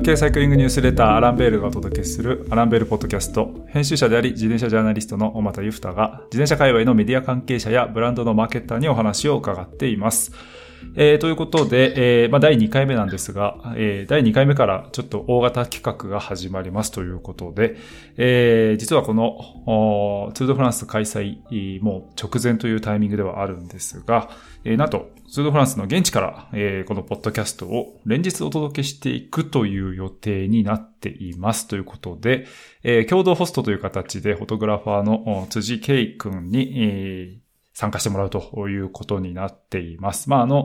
系サイクリングニュースレターアランベールがお届けするアランベールポッドキャスト、編集者であり自転車ジャーナリストの小俣裕太が自転車界隈のメディア関係者やブランドのマーケッターにお話を伺っています。ということで、第2回目なんですが、第2回目からちょっと大型企画が始まりますということで、実はこのツール・ド・フランス開催もう直前というタイミングではあるんですが、なんとツール・ド・フランスの現地から、このポッドキャストを連日お届けしていくという予定になっていますということで、共同ホストという形でフォトグラファーの辻圭君に、参加してもらうということになっています。なん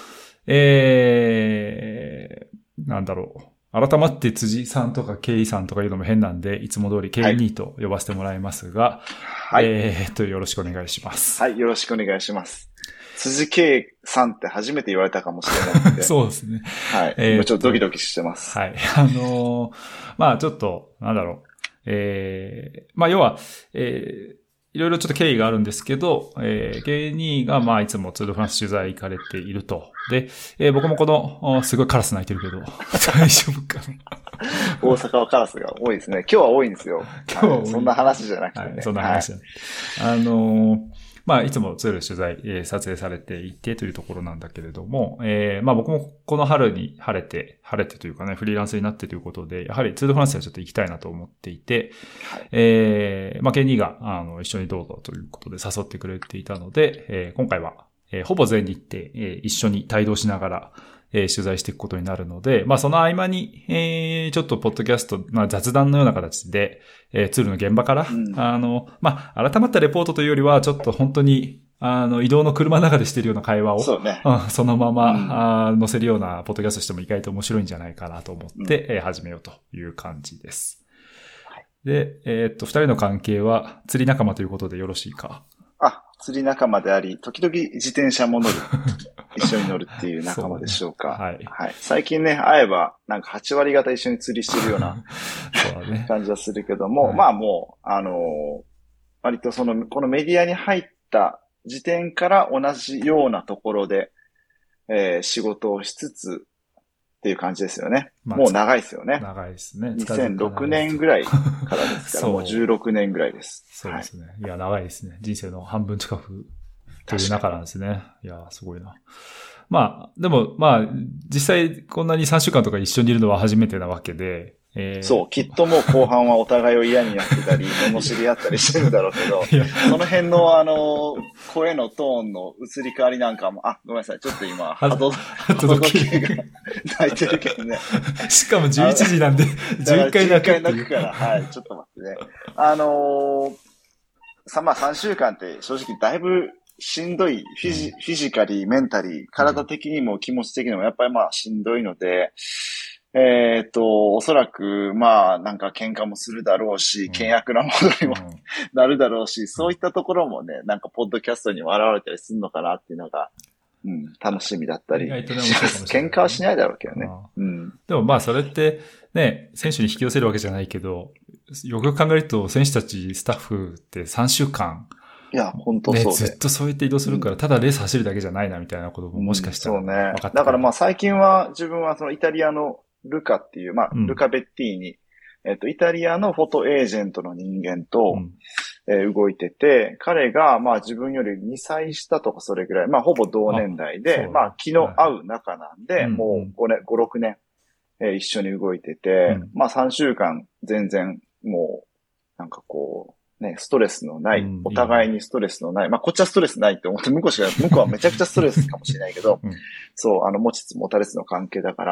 だろう。改まって辻さんとかケイさんとかいうのも変なんで、いつも通りケイニーと呼ばせてもらいますが、はい。よろしくお願いします。 はい、よろしくお願いします。辻圭さんって初めて言われたかもしれないので。 そうですね。 はい。今ちょっとドキドキしてます。 はい。ちょっと、なんだろう。要は、いろいろちょっと経緯があるんですけど、ケイニーがいつもツール・ド・フランス取材行かれていると。で、僕もこの、すごいカラス鳴いてるけど、大丈夫かな。 大阪はカラスが多いですね。今日は多いんですよ。今日は多い。そんな話じゃなくてね。 はい、そんな話じゃない。いつもツール取材、撮影されていてというところなんだけれども、僕もこの春に晴れてというかね、フリーランスになってということで、やはりツールフランスはちょっと行きたいなと思っていて、はい、ケニーが、一緒にどうぞということで誘ってくれていたので、今回は、ほぼ全日程、一緒に帯同しながら、取材していくことになるので、その合間に、ちょっとポッドキャスト、雑談のような形で、ツールの現場から、改まったレポートというよりは、ちょっと本当に、移動の車の中でしているような会話を、 そうね。 そのまま、載せるようなポッドキャストしても意外と面白いんじゃないかなと思って、始めようという感じです。はい、で、二人の関係は釣り仲間ということでよろしいか？ 釣り仲間であり、時々自転車も乗る。一緒に乗るっていう仲間でしょうか。 はい。 はい。最近ね、会えば、なんか8割方一緒に釣りしてるような感じはするけども、はい、もう、割とこのメディアに入った時点から同じようなところで、仕事をしつつっていう感じですよね。もう長いですよね。 長いですね。 2006年ぐらいからですから、もう16年ぐらいです。 そうですね。はい、いや、長いですね。人生の半分近くという中なんですね。いや、すごいな。でも、実際こんなに3週間とか一緒にいるのは初めてなわけで、 そう、きっともう後半はお互いを嫌になってたり、罵り合ったりしてるんだろうけど、その辺の声のトーンの移り変わりなんかも、ごめんなさい、ちょっと今、波動計が鳴いてるけどね。 しかも11時なんで、11回鳴くっていう。11回鳴くから、はい、ちょっと待ってね。3週間って正直だいぶしんどい、フィジカリー、メンタリー、体的にも気持ち的にもやっぱりしんどいので、おそらく、なんか喧嘩もするだろうし、険悪なものにもなるだろうし、そういったところもね、なんかポッドキャストにも現れたりするのかなっていうのが、楽しみだったり。喧嘩はしないだろうけどね。 でもそれってね、選手に引き寄せるわけじゃないけど、よく考えると選手たち、スタッフって3週間、 いや、本当そうね。 ずっとそうやって移動するから、ただレース走るだけじゃないなみたいなことももしかしたら分かってくる。 そうね。だから最近は自分はそのイタリアのルカっていう、ルカ・ベッティーニ、イタリアのフォトエージェントの人間と、動いてて、彼が自分より2歳下とかそれぐらい、ほぼ同年代で、気の合う仲なんで、もう5、6年、一緒に動いてて、3週間全然もう、なんかこう、ね、ストレスのない、お互いにストレスのない、こっちはストレスないって思って、向こうはめちゃくちゃストレスかもしれないけど、そう、持ちつ持たれつの関係だから、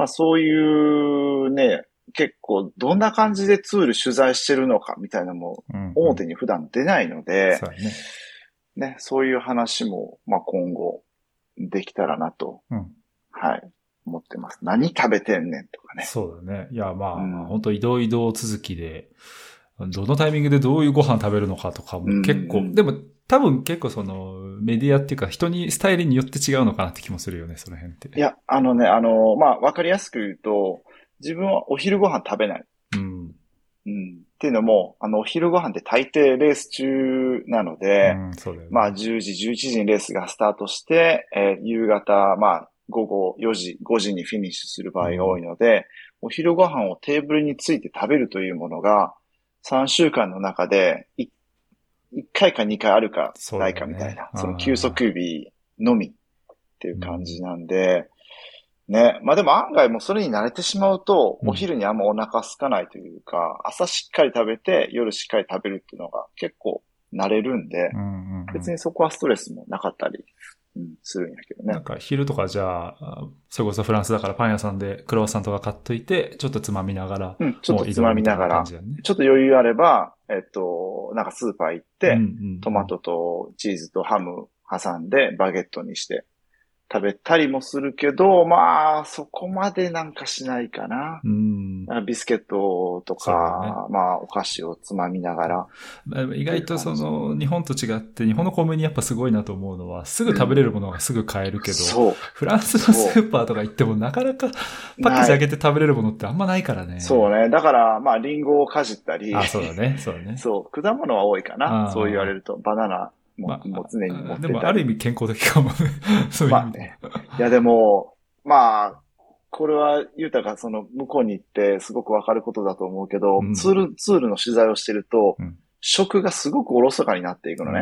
そういうね、結構どんな感じでツール取材してるのかみたいなのも、表に普段出ないので、そういう話も、今後できたらなと、はい、思ってます。何食べてんねんとかね。 そうだね。いや、本当移動続きで、どのタイミングでどういうご飯食べるのかとかも結構、でも多分結構メディアっていうか人にスタイルによって違うのかなって気もするよね、その辺って。 いや、わかりやすく言うと、自分はお昼ご飯食べない。っていうのも、お昼ご飯って大抵レース中なので、 そうだよね、 10時、11時にレースがスタートして、夕方、 午後4時、5時にフィニッシュする場合が多いので、お昼ご飯をテーブルについて食べるというものが、3週間の中で1回か2回あるかないかみたいな、その休息日のみっていう感じなんで、ね。まあでも案外もうそれに慣れてしまうと、お昼にあんまお腹空かないというか、朝しっかり食べて、夜しっかり食べるっていうのが結構慣れるんで、別にそこはストレスもなかったり、するんやけどね。 なんか昼とかじゃあ、それこそフランスだからパン屋さんでクロワッサンとか買っといて、ちょっとつまみながら、 ちょっとつまみながら、ちょっと余裕あれば、なんかスーパー行って、トマトとチーズとハム挟んでバゲットにして、食べたりもするけど、まあ、そこまでなんかしないかな。ビスケットとか、まあ、お菓子をつまみながら。 意外と日本と違って、日本のコンビニやっぱすごいなと思うのは、すぐ食べれるものがすぐ買えるけど、フランスのスーパーとか行ってもなかなかパッケージ開けて食べれるものってあんまないからね。 そうね。だから、まあ、リンゴをかじったり。 そうだね。 そう、果物は多いかな。そう言われると。バナナ。もう常に持ってたり。 でもある意味健康的かもね。そういう意味で。 まあね。いやでも、まあ、これはゆうたが向こうに行ってすごくわかることだと思うけど、ツールの取材をしてると、食がすごくおろそかになっていくのね。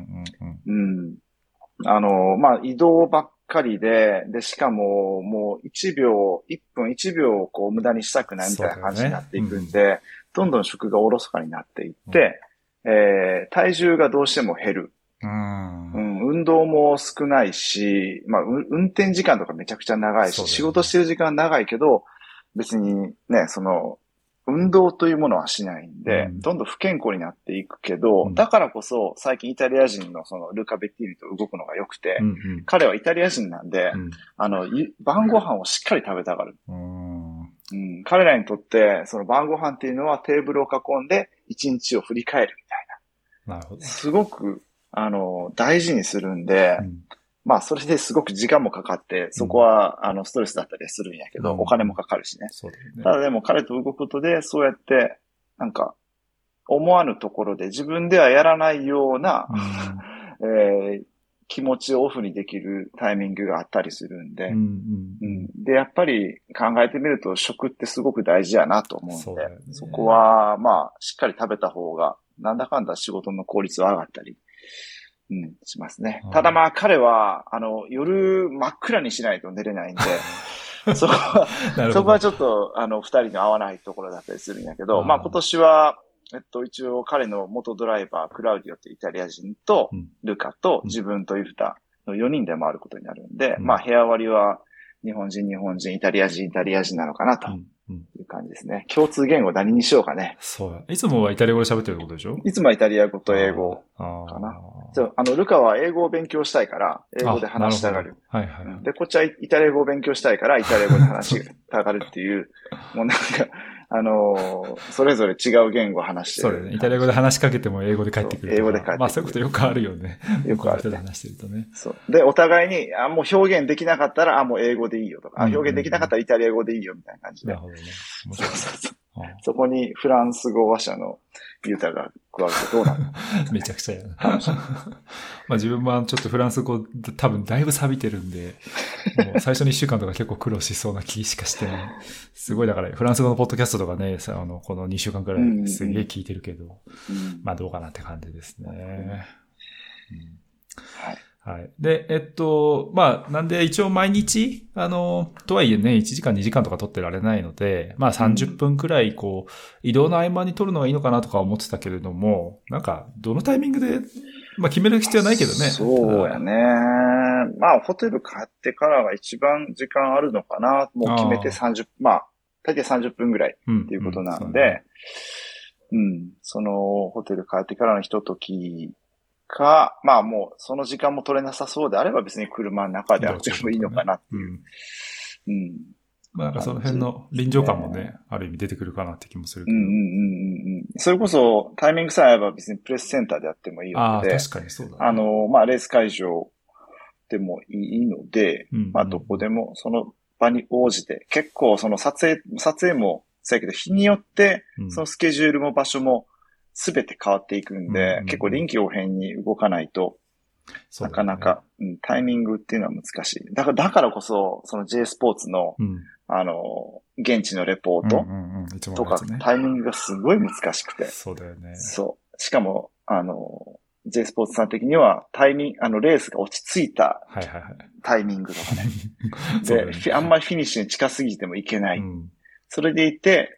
まあ移動ばっかりで、しかももう1分1秒をこう無駄にしたくないみたいな感じになっていくんで、どんどん食がおろそかになっていって、体重がどうしても減る。運動も少ないし、まあ、運転時間とかめちゃくちゃ長いし、仕事してる時間長いけど、別にね、運動というものはしないんで、どんどん不健康になっていくけど、だからこそ最近イタリア人のルカ・ベッティーニと動くのが良くて、彼はイタリア人なんで、晩ご飯をしっかり食べたがる。彼らにとって、晩ご飯っていうのはテーブルを囲んで一日を振り返るみたいな。 なるほど。 すごく、大事にするんで、まあ、それですごく時間もかかって、そこは、ストレスだったりするんやけど、お金もかかるしね。 そうだよね。 ただでも彼と動くことで、そうやって、なんか、思わぬところで自分ではやらないような、気持ちをオフにできるタイミングがあったりするんで、で、やっぱり考えてみると食ってすごく大事やなと思うんで、そこは、まあ、しっかり食べた方が、なんだかんだ仕事の効率は上がったり、しますね。ただまあ彼は、夜真っ暗にしないと寝れないんで、そこはちょっと、二人の合わないところだったりするんやけど、まあ今年は、一応彼の元ドライバー、クラウディオというイタリア人と、ルカと自分とユフタの4人で回ることになるんで、まあ部屋割りは日本人、イタリア人なのかなと。いう感じですね。共通言語何にしようかね。 そう。いつもはイタリア語で喋ってるってことでしょ？ いつもはイタリア語と英語かな。ルカは英語を勉強したいから、英語で話したがる。 はいはい。 で、こっちはイタリア語を勉強したいから、イタリア語で話したがるっていう、もうなんか、それぞれ違う言語を話してる。 そうだね。イタリア語で話しかけても英語で返ってくる。 英語で返ってくる。 まあそういうことよくあるよね。 よくある。 人で話してるとね。 そう。で、お互いに、もう表現できなかったら、もう英語でいいよとか、表現できなかったらイタリア語でいいよみたいな感じで。 なるほどね。 そう。そこにフランス語話者のユタが加わるとどうなるの？ めちゃくちゃやな。まあ自分もちょっとフランス語多分だいぶ錆びてるんで、もう最初の1週間とか結構苦労しそうな気しかしてない。すごいだからフランス語のポッドキャストとかね、この2週間くらいすげえ聞いてるけど、まあどうかなって感じですね。 はい。 はい。で、まあ、なんで一応毎日、とはいえね、1時間2時間とか取ってられないので、まあ30分くらい、移動の合間に取るのがいいのかなとか思ってたけれども、なんか、どのタイミングで、まあ決める必要はないけどね。 そうやね。まあ、ホテル帰ってからが一番時間あるのかな。もう決めてまあ、大体30分ぐらいっていうことなんで、ホテル帰ってからのひととき、まあもうその時間も取れなさそうであれば別に車の中であってもいいのかなっていう。 まあなんかその辺の臨場感もね、ある意味出てくるかなって気もするけど。 それこそタイミングさえ合えば別にプレスセンターでやってもいいので。 確かにそうだね。 まあレース会場でもいいので、まあどこでもその場に応じて、結構その撮影もそうやけど日によってそのスケジュールも場所もすべて変わっていくんで、結構臨機応変に動かないとなかなか、タイミングっていうのは難しい。だからこそ、その J スポーツの、現地のレポートとか、タイミングがすごい難しくて。 そうだよね。 そう。しかも、J スポーツさん的には、レースが落ち着いたタイミングとかね。で、あんまりフィニッシュに近すぎてもいけない。それでいて、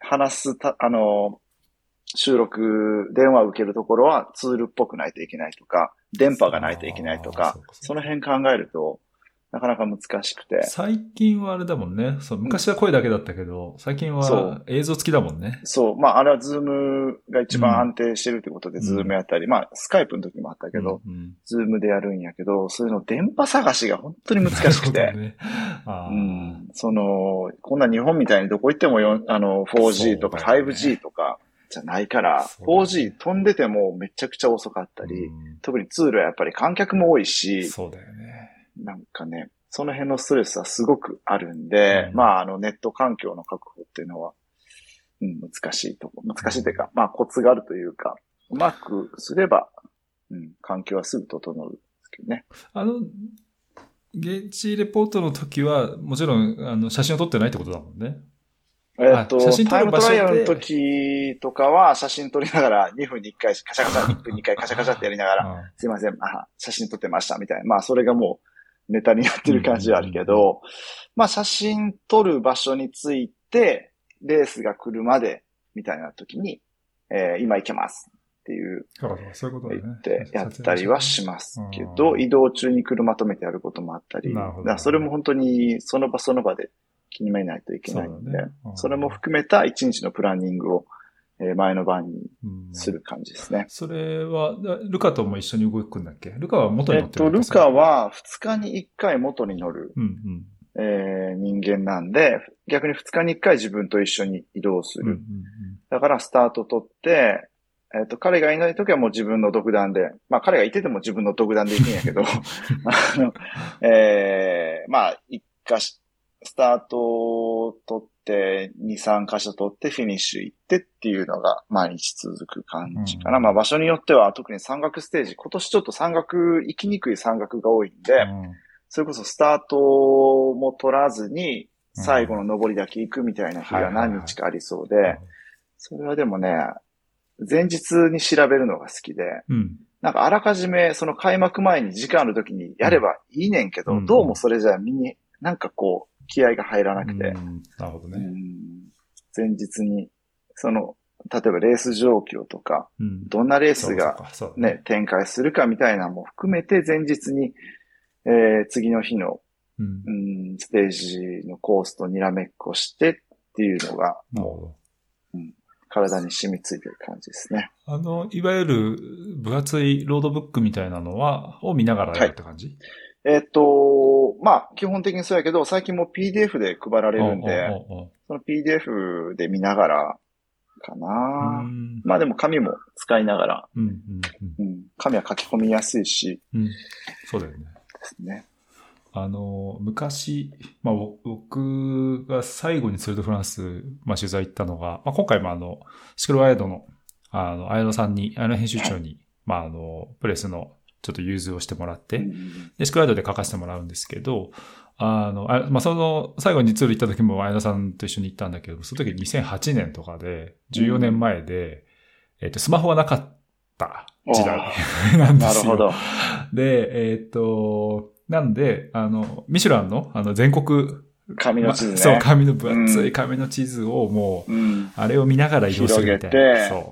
収録、電話を受けるところはツールっぽくないといけないとか、電波がないといけないとか、その辺考えると、なかなか難しくて。 最近はあれだもんね。そう、昔は声だけだったけど、最近は映像付きだもんね。 そう。まあ、あれはズームが一番安定してるってことで、ズームやったり、まあ、スカイプの時もあったけど、ズームでやるんやけど、そういうの電波探しが本当に難しくて。ね、こんな日本みたいにどこ行っても4G とか 5G とかじゃないから、4G 飛んでてもめちゃくちゃ遅かったり、特にツールはやっぱり観客も多いし、 そうだよね。 なんかね、その辺のストレスはすごくあるんで、まあ、ネット環境の確保っていうのは、難しいというか、まあ、コツがあるというか、うまくすれば、環境はすぐ整うんですけどね。 現地レポートの時は、もちろん、写真を撮ってないってことだもんね。 タイムトライアルの時とかは写真撮りながら2分に1回カシャカシャ、1分に1回カシャカシャってやりながら、すいません、写真撮ってましたみたいな。まあ、それがもう、ネタになってる感じはあるけど、まあ写真撮る場所について、レースが来るまで、みたいな時に、今行けますっていう、 そういうこと言ってやったりはしますけど、移動中に車止めてやることもあったり、それも本当にその場その場で決めないといけないので、それも含めた一日のプランニングを、前の晩にする感じですね。 それは、ルカとも一緒に動くんだっけ？ルカは元に乗ってるんですか？ルカは2日に1回元に乗る、人間なんで、逆に2日に1回自分と一緒に移動する。だからスタート取って、彼がいないときはもう自分の独断で、まあ彼がいてても自分の独断でいいんやけど、まあ一箇所、スタートを取って、2、3箇所取ってフィニッシュ行ってっていうのが毎日続く感じかな。まあ場所によっては特に山岳ステージ、今年ちょっと行きにくい山岳が多いんで、それこそスタートも取らずに最後の登りだけ行くみたいな日が何日かありそうで、それはでもね、前日に調べるのが好きで、なんかあらかじめその開幕前に時間ある時にやればいいねんけど、どうもそれじゃなんかこう、気合が入らなくて。 なるほどね。 前日に、例えばレース状況とか、どんなレースがね、展開するかみたいなのも含めて前日に、次の日の、ステージのコースとにらめっこしてっていうのが、もう、体に染みついてる感じですね。 いわゆる分厚いロードブックみたいなのを見ながらやるって感じ？ まあ、基本的にそうやけど、最近も PDF で配られるんで、その PDF で見ながらかな。まあでも紙も使いながら、紙は書き込みやすいし、 そうだよね。 ですね。 昔、まあ僕が最後にツールドフランス、まあ取材行ったのが、まあ今回もシクロワイドの、綾野さんに、綾野編集長に、まあプレスのちょっと融通をしてもらって、で、シクロワイドで書かせてもらうんですけど、まあ最後にツール行った時も綾野さんと一緒に行ったんだけど、その時2008年とかで、14年前で、スマホがなかった時代なんですよ。 なるほど。 で、なんで、ミシュランの、全国、 紙の地図ね。 そう、紙の分厚い紙の地図をもう、あれを見ながら移動するみたいな。そう。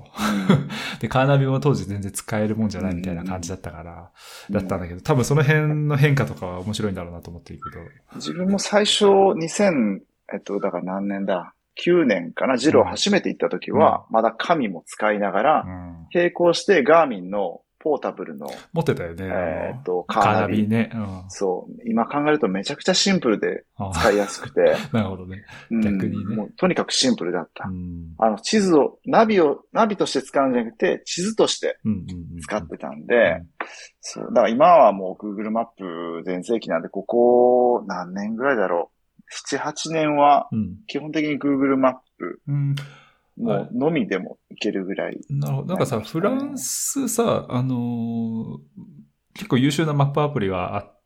で、カーナビも当時全然使えるもんじゃないみたいな感じだったから、だったんだけど、多分その辺の変化とかは面白いんだろうなと思っているけど。 自分も最初、だから何年だ ?9 年かな、ジロー初めて行った時は、まだ紙も使いながら、並行してガーミンのポータブルの。 持ってたよね。 カーナビね、 そう。今考えるとめちゃくちゃシンプルで使いやすくて。 なるほどね。逆にね。 もうとにかくシンプルだった。地図を、ナビとして使うんじゃなくて、地図として使ってたんで、そう。だから今はもう Google マップ全盛期なんで、ここ何年ぐらいだろう。7、8年は、基本的に Google マップ。もう、のみでもいけるぐらい、 なるほど。なんかさ、フランスさ、 結構優秀なマップアプリがあって、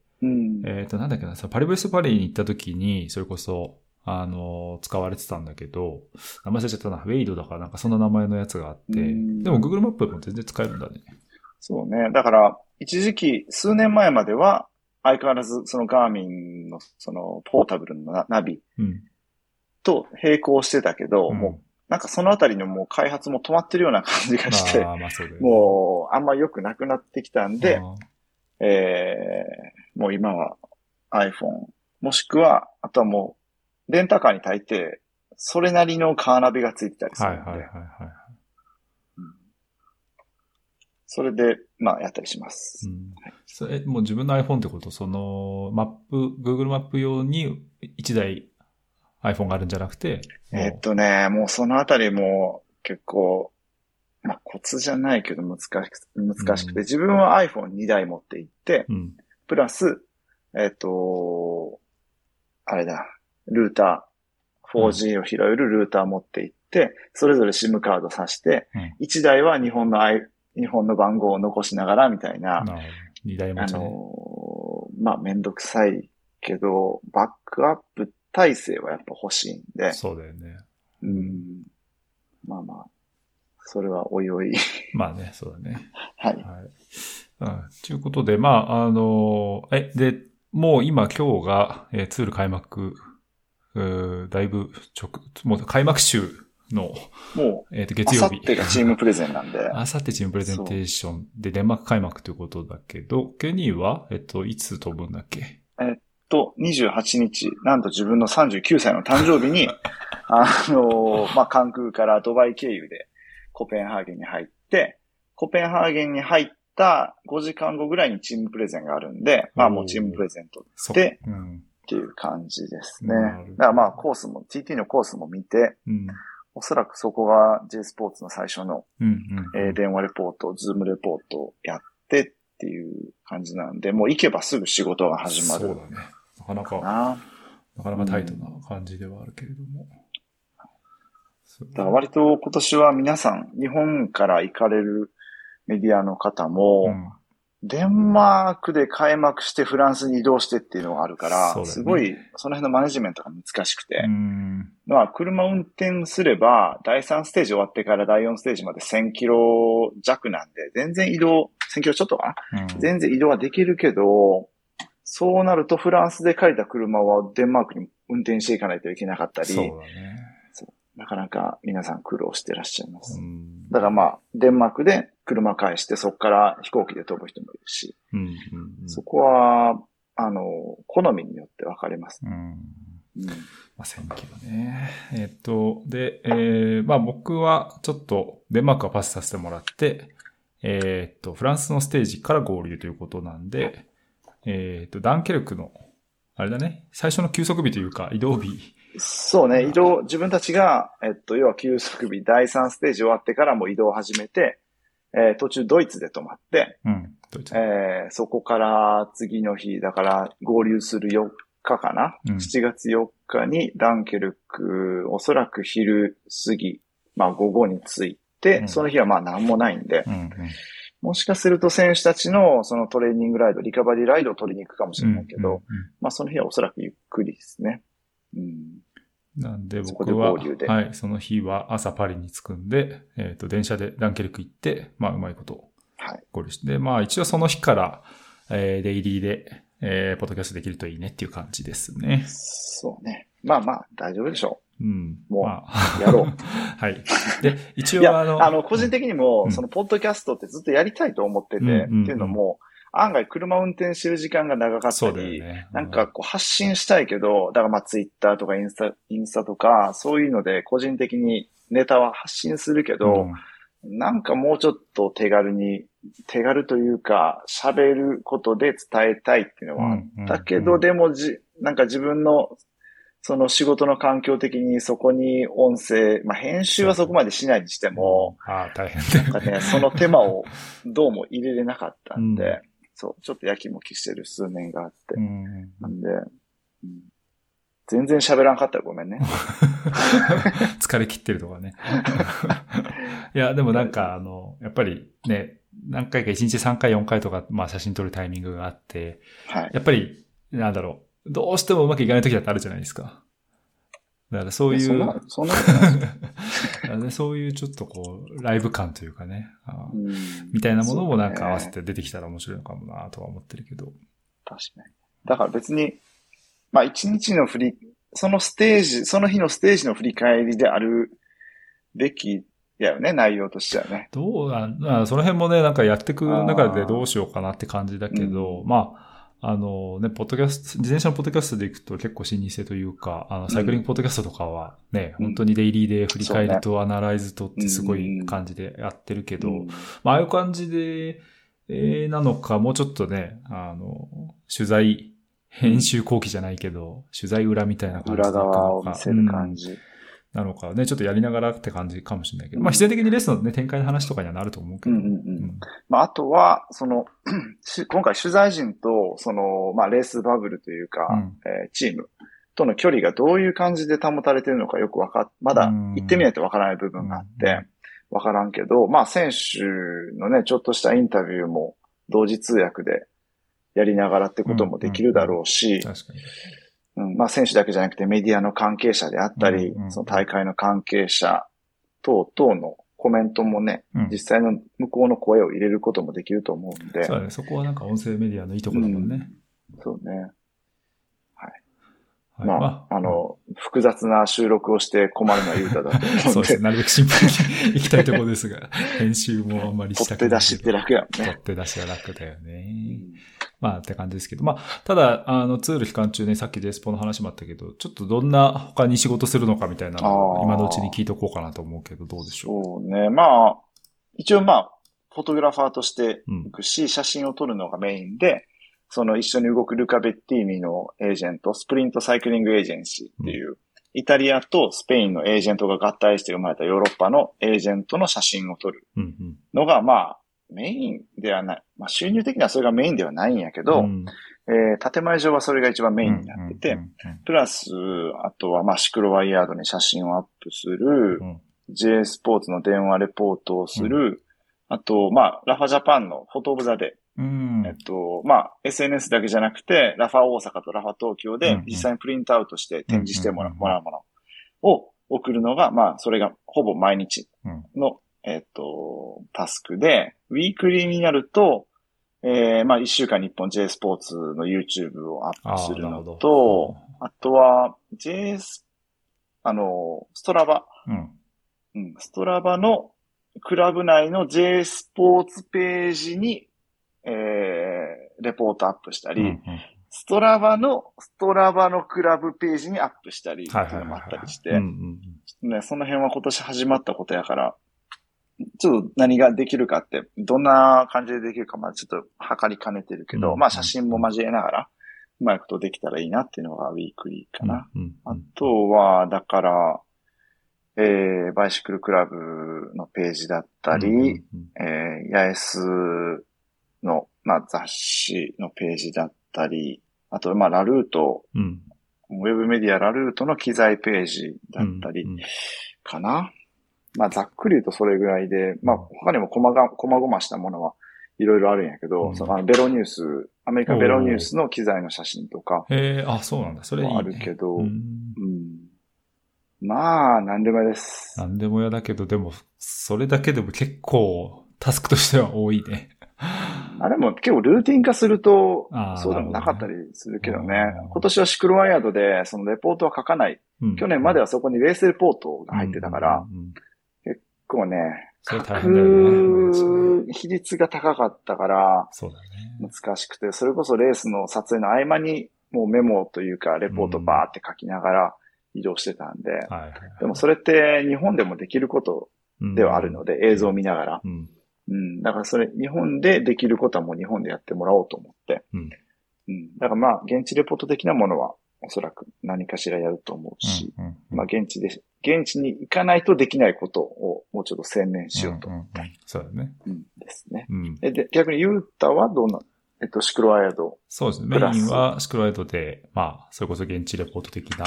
うん。 なんだっけな、パリブレスパリに行った時に、それこそ、使われてたんだけど、名前忘れちゃったな、ウェイドだからなんかそんな名前のやつがあって、でも Google マップも全然使えるんだね。 そうね。だから、一時期、数年前までは、相変わらず、そのガーミンの、その、ポータブルのナビと並行してたけど、もう、なんかそのあたりのもう開発も止まってるような感じがして、もう、あんま良くなくなってきたんで、もう今は iPhone、もしくは、あとはもう、レンタカーに大抵、それなりのカーナビがついてたりするんで。それで、まあ、やったりします。 それ、もう自分の iPhone ってこと、その、Google マップ用に1台 iPhone があるんじゃなくて。 もうそのあたりも結構、まあ、コツじゃないけど難しくて、自分は iPhone2 台持って行って、プラス、あれだ、ルーター、4G を拾えるルーター持って行って、それぞれ SIM カード挿して、1台は日本の番号を残しながらみたいな。 2台持ちね。 まあ、めんどくさいけど、バックアップ体制はやっぱ欲しいんで。 そうだよね。 まあまあ、それはおいおい。 まあね、そうだね。 はい。 ということで、まあ、で、もう今日が、ツール開幕、だいぶもう開幕週の、 もう、 月曜日。 明後日がチームプレゼンなんで。 明後日チームプレゼンテーションでデンマーク開幕ということだけど、ケニーは、いつ飛ぶんだっけ 28日、なんと自分の39歳の誕生日に、まあ、関空からドバイ経由でコペンハーゲンに入って、コペンハーゲンに入った5時間後ぐらいにチームプレゼンがあるんで、まあもうチームプレゼントで、っていう感じですね。だからまあコースも、TT のコースも見て、おそらくそこが J スポーツの最初の、電話レポート、ズームレポートをやってっていう感じなんで、もう行けばすぐ仕事が始まる。 そうだね。なかなかタイトな感じではあるけれども。 だから割と今年は皆さん、日本から行かれるメディアの方も、デンマークで開幕してフランスに移動してっていうのがあるから、すごいその辺のマネジメントが難しくて、まあ車運転すれば第3ステージ終わってから第4ステージまで1000キロ弱なんで、全然移動、1000キロちょっとかな、全然移動はできるけど、そうなるとフランスで借りた車はデンマークに運転していかないといけなかったり、 そうだね。 なかなか皆さん苦労してらっしゃいます。だからまあ、デンマークで車返してそこから飛行機で飛ぶ人もいるし、そこは、好みによって分かれます。 まあ、1000キロね。で、まあ僕はちょっとデンマークはパスさせてもらって、フランスのステージから合流ということなんで、ダンケルクの、あれだね、最初の休息日というか移動日。 そうね、自分たちが、要は休息日、第3ステージ終わってからも移動を始めて、途中ドイツで泊まって、そこから次の日、だから合流する4日かな、7月4日にダンケルク、おそらく昼過ぎ、まあ午後に着いて、その日はまあ何もないんで、もしかすると選手たちのそのトレーニングライド、リカバリーライドを取りに行くかもしれないけど、まあその日はおそらくゆっくりですね。 なんで僕は、はい、その日は朝パリに着くんで、電車でダンケルク行って、まあうまいこと合流して、まあ一応その日から、デイリーで、ポッドキャストできるといいねっていう感じですね。 そうね。まあまあ大丈夫でしょう。もう、 まあ、やろう。 はい。で、一応個人的にも、そのポッドキャストってずっとやりたいと思ってて、っていうのも、案外車運転してる時間が長かったり、なんかこう発信したいけど、だからまあツイッターとかインスタとか、そういうので個人的にネタは発信するけど、なんかもうちょっと手軽というか、喋ることで伝えたいっていうのはあったけど、でもなんか自分のその仕事の環境的にそこに音声、まあ編集はそこまでしないにしても、 大変なんかね、その手間をどうも入れれなかったんで、そう、ちょっとやきもきしてる数年があって。なんで、全然喋らんかったらごめんね。 疲れ切ってるとかね。いや、でもなんか、やっぱりね、 何回か1日3回4回とか、まあ写真撮るタイミングがあって、 はい。 やっぱり、なんだろう、どうしてもうまくいかない時だってあるじゃないですか。だからそういう、 そんなそういうちょっとこう、ライブ感というかね、 うんみたいなものもなんか合わせて出てきたら面白いのかもなとは思ってるけど。 確かに。だから別に、まあ一日のその日のステージの振り返りであるべきだよね、内容としてはね。 どうなん、その辺もね、なんかやっていく中でどうしようかなって感じだけど、まあ、ポッドキャスト、自転車のポッドキャストでいくと結構老舗というか、サイクリングポッドキャストとかはね、本当にデイリーで振り返りとアナライズとってすごい感じでやってるけど、まあ、ああいう感じで、なのか、もうちょっとね、取材、編集後期じゃないけど、取材裏みたいな感じでいくのか。 裏側を見せる感じ。 なのかね、ちょっとやりながらって感じかもしれないけど、まあ必然的にレースのね、展開の話とかにはなると思うけど。 まああとは、今回取材陣と、まあレースバブルというか、チームとの距離がどういう感じで保たれているのかよくまだ行ってみないとわからない部分があって、わからんけど、まあ選手のね、ちょっとしたインタビューも同時通訳でやりながらってこともできるだろうし、 確かに。 まあ選手だけじゃなくてメディアの関係者であったり、その大会の関係者等々のコメントもね、実際の向こうの声を入れることもできると思うんで。 そうだね。そこはなんか音声メディアのいいところだもんね。 そうね。はい。まあ、複雑な収録をして困るのは言うただと思うんで。 そうですね。なるべくシンプルに行きたいところですが、編集もあんまりしたくない。 取って出しって楽やもんね。 取って出しは楽だよね。まあって感じですけど。まあ、ただ、ツール期間中ね、さっき JSPO の話もあったけど、ちょっとどんな他に仕事するのかみたいなのを今のうちに聞いとこうかなと思うけど、どうでしょう。 そうね。まあ、一応まあ、フォトグラファーとして行くし、写真を撮るのがメインで、その一緒に動くルカ・ベッティーニのエージェント、スプリントサイクリングエージェンシーっていう、イタリアとスペインのエージェントが合体して生まれたヨーロッパのエージェントの写真を撮るのが、まあ、メインではない。まあ、収入的にはそれがメインではないんやけど、建前上はそれが一番メインになってて、プラス、あとはまあ、シクロワイヤードに写真をアップする、J スポーツの電話レポートをする、あと、まあ、ラファジャパンのフォトオブザデー。まあ、SNS だけじゃなくて、ラファ大阪とラファ東京で実際にプリントアウトして展示してもらうものを送るのが、まあ、それがほぼ毎日の、タスクで、ウィークリーになると、まあ、1週間に1本 J スポーツの YouTube をアップするのと、あとは、ストラバ。ストラバのクラブ内の J スポーツページに、レポートアップしたり、ストラバのクラブページにアップしたりっていうのもあったりして、その辺は今年始まったことやから、ちょっと何ができるかって、どんな感じでできるかまあちょっと測りかねてるけど、まあ写真も交えながら、うまいことできたらいいなっていうのがウィークリーかな。あとは、だから、バイシクルクラブのページだったり、ヤエスの、まあ、雑誌のページだったり、あと、まあ、ラルート、ウェブメディアラルートの機材ページだったり、かな。まあ、ざっくり言うとそれぐらいで、まあ、他にも細々したものはいろいろあるんやけど、そのベロニュース、アメリカベロニュースの機材の写真とか。 そうなんだ。それいいね。 あるけど、まあ、なんでもやです。 なんでもやだけど、でも、それだけでも結構、タスクとしては多いね。 でも結構ルーティン化すると、そうでもなかったりするけどね。今年はシクロワイヤードで、そのレポートは書かない。去年まではそこにレースレポートが入ってたから、結構ね、書く比率が高かったから、難しくて、それこそレースの撮影の合間に、もうメモというか、レポートバーって書きながら移動してたんで、でもそれって日本でもできることではあるので、映像を見ながら。だからそれ、日本でできることはもう日本でやってもらおうと思って。だからまあ、現地レポート的なものはおそらく何かしらやると思うし、まあ現地に行かないとできないことをもうちょっと専念しようと。 そうだね。 ですね。で、逆にユータはどんな、シクロワイヤード。 そうですね。メインはシクロワイヤードで、まあ、それこそ現地レポート的な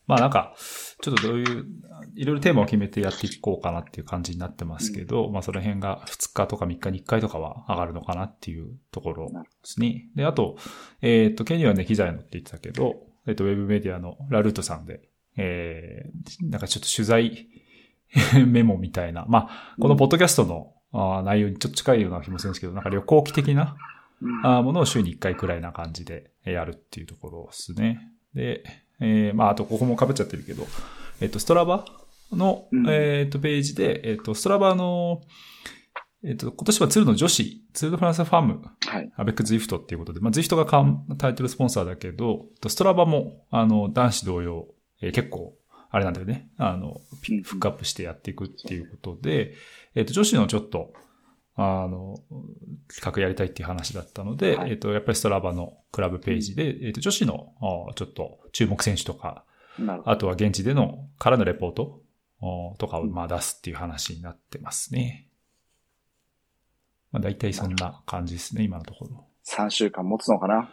まあなんか、ちょっとどういう、いろいろテーマを決めてやっていこうかなっていう感じになってますけど、まあその辺が2日とか3日に1回とかは上がるのかなっていうところですね。で、あと、ケニーはね、機材のって言ってたけど、ウェブメディアのラルートさんで、なんかちょっと取材メモみたいな、まあ、このポッドキャストの内容にちょっと近いような気もするんですけど、なんか旅行記的なものを週に1回くらいな感じでやるっていうところですね。で、まあ、あとここも被っちゃってるけど、ストラバの、ページで、ストラバの、今年はツールの女子、ツールドフランスファーム、はい、アベックズイフトっていうことで、まあ、ズイフトがタイトルスポンサーだけど、ストラバも、男子同様、結構、あれなんだよね、フックアップしてやっていくっていうことで、女子のちょっと、企画やりたいっていう話だったので、はい、やっぱりストラバのクラブページで、女子の、ちょっと注目選手とか、あとは現地での、からのレポートとかをまあ出すっていう話になってますね。まあ大体そんな感じですね、今のところ。 3週間持つのかな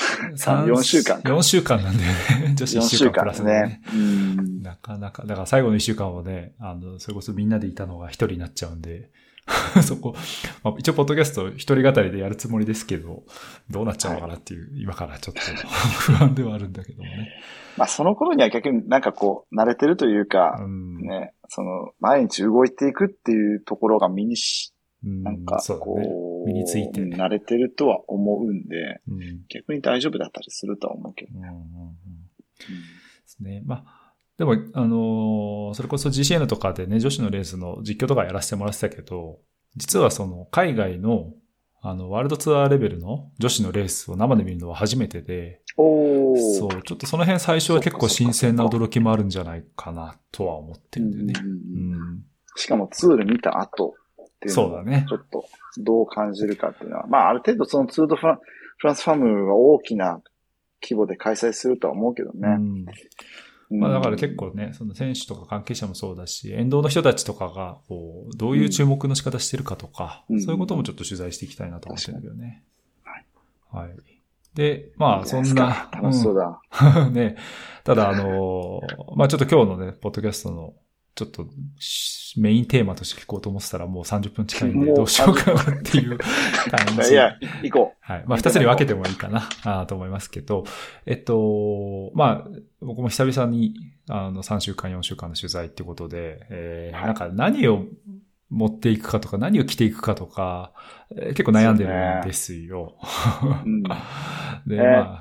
4週間か。 4週間なんだよね。女子1週間プラスでね。なかなか、だから最後の1週間はね、それこそみんなでいたのが1人になっちゃうんで、そこ、まあ、一応ポッドキャスト一人語りでやるつもりですけど、どうなっちゃうのかなっていう、はい、今からちょっと不安ではあるんだけどもね。 まあその頃には逆になんかこう、慣れてるというか、ね、毎日動いていくっていうところがなんかこう、 身について、 慣れてるとは思うんで、逆に大丈夫だったりするとは思うけどね。 ですね。まあ、でも、それこそ GCN とかでね、女子のレースの実況とかやらせてもらってたけど、実は海外の、ワールドツアーレベルの女子のレースを生で見るのは初めてで、そう、ちょっとその辺最初は結構新鮮な驚きもあるんじゃないかなとは思ってるんだよね。 しかもツール見た後っていうのは、ちょっとどう感じるかっていうのは、まあある程度そのツールドフランスファムが大きな規模で開催するとは思うけどね。 まあだから結構ね、その選手とか関係者もそうだし、沿道の人たちとかが、こう、どういう注目の仕方してるかとか、そういうこともちょっと取材していきたいなと思ってるんだけどね。はい。はい。で、まあそんな。 楽しそうだ。 ね。ただまあちょっと今日のね、ポッドキャストの、ちょっとメインテーマとして聞こうと思ってたらもう30分近いんでどうしようかなっていう感じ。 いや、行こう。 はい。まあ2つに分けてもいいかなと思いますけど、まあ僕も久々に3週間4週間の取材ってことで、なんか何を持っていくかとか何を着ていくかとか、結構悩んでるんですよ。 で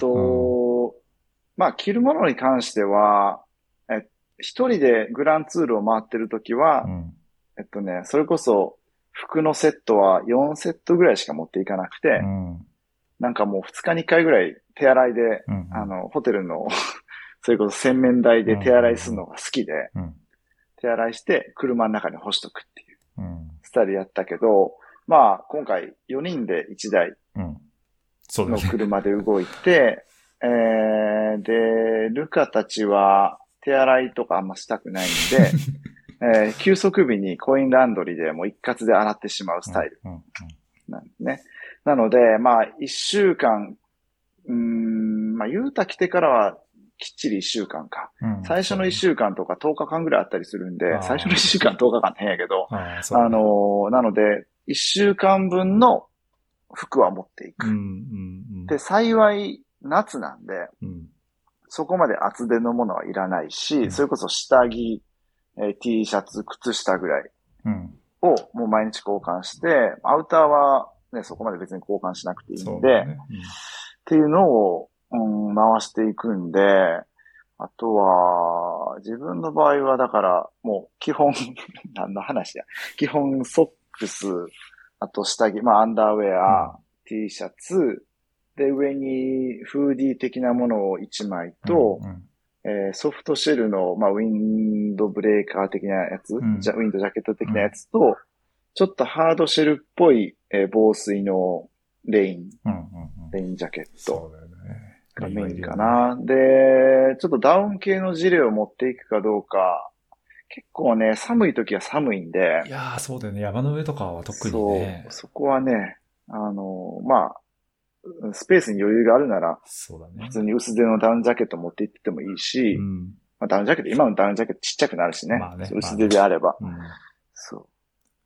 まあ着るものに関しては、一人でグランツールを回ってるときは、それこそ服のセットは4セットぐらいしか持っていかなくて、なんかもう2日に1回ぐらい手洗いで、ホテルのそれこそ洗面台で手洗いするのが好きで、手洗いして車の中に干しとくっていうスタイルやったけど、まあ今回4人で1台の車で動いて、で、ルカたちは、手洗いとかあんましたくないんで、休息日にコインランドリーでもう一括で洗ってしまうスタイルなんですね。なので、まあ一週間、まあ言うた来てからはきっちり一週間か。最初の一週間とか10日間ぐらいあったりするんで、最初の一週間10日間って変やけど、なので一週間分の服は持っていく。で、幸い夏なんで、そこまで厚手のものはいらないし、それこそ下着、T シャツ、靴下ぐらいをもう毎日交換して、アウターはね、そこまで別に交換しなくていいんで、っていうのを、回していくんで、あとは、自分の場合はだからもう基本、何の話や、基本ソックス、あと下着、まあアンダーウェア、T シャツ、で、上にフーディー的なものを1枚と、ソフトシェルの、まあ、ウィンドブレーカー的なやつ、ウィンドジャケット的なやつと、ちょっとハードシェルっぽい、防水のレインジャケットがメインかな。で、ちょっとダウン系のジレを持っていくかどうか、結構ね、寒い時は寒いんで。 いやー、そうだよね。山の上とかは特にね。 そこはね、まあ、スペースに余裕があるなら、 そうだね。 普通に薄手のダウンジャケット持って行ってもいいし、 まあ、ダウンジャケット、今のダウンジャケットちっちゃくなるしね。 まあね。 薄手であれば。そう。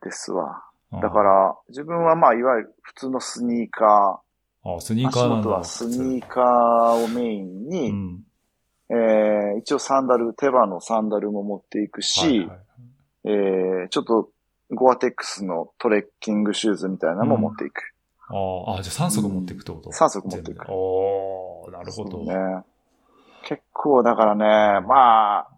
ですわ。だから、自分はまあ、いわゆる普通のスニーカー。 スニーカーなんだ。 足元はスニーカーをメインに、一応サンダル、手羽のサンダルも持っていくし、ちょっとゴアテックスのトレッキングシューズみたいなのも持っていく。 じゃあ3足持っていくってこと？ 3 足持っていく。 なるほど。 ね。結構だからね、まあ、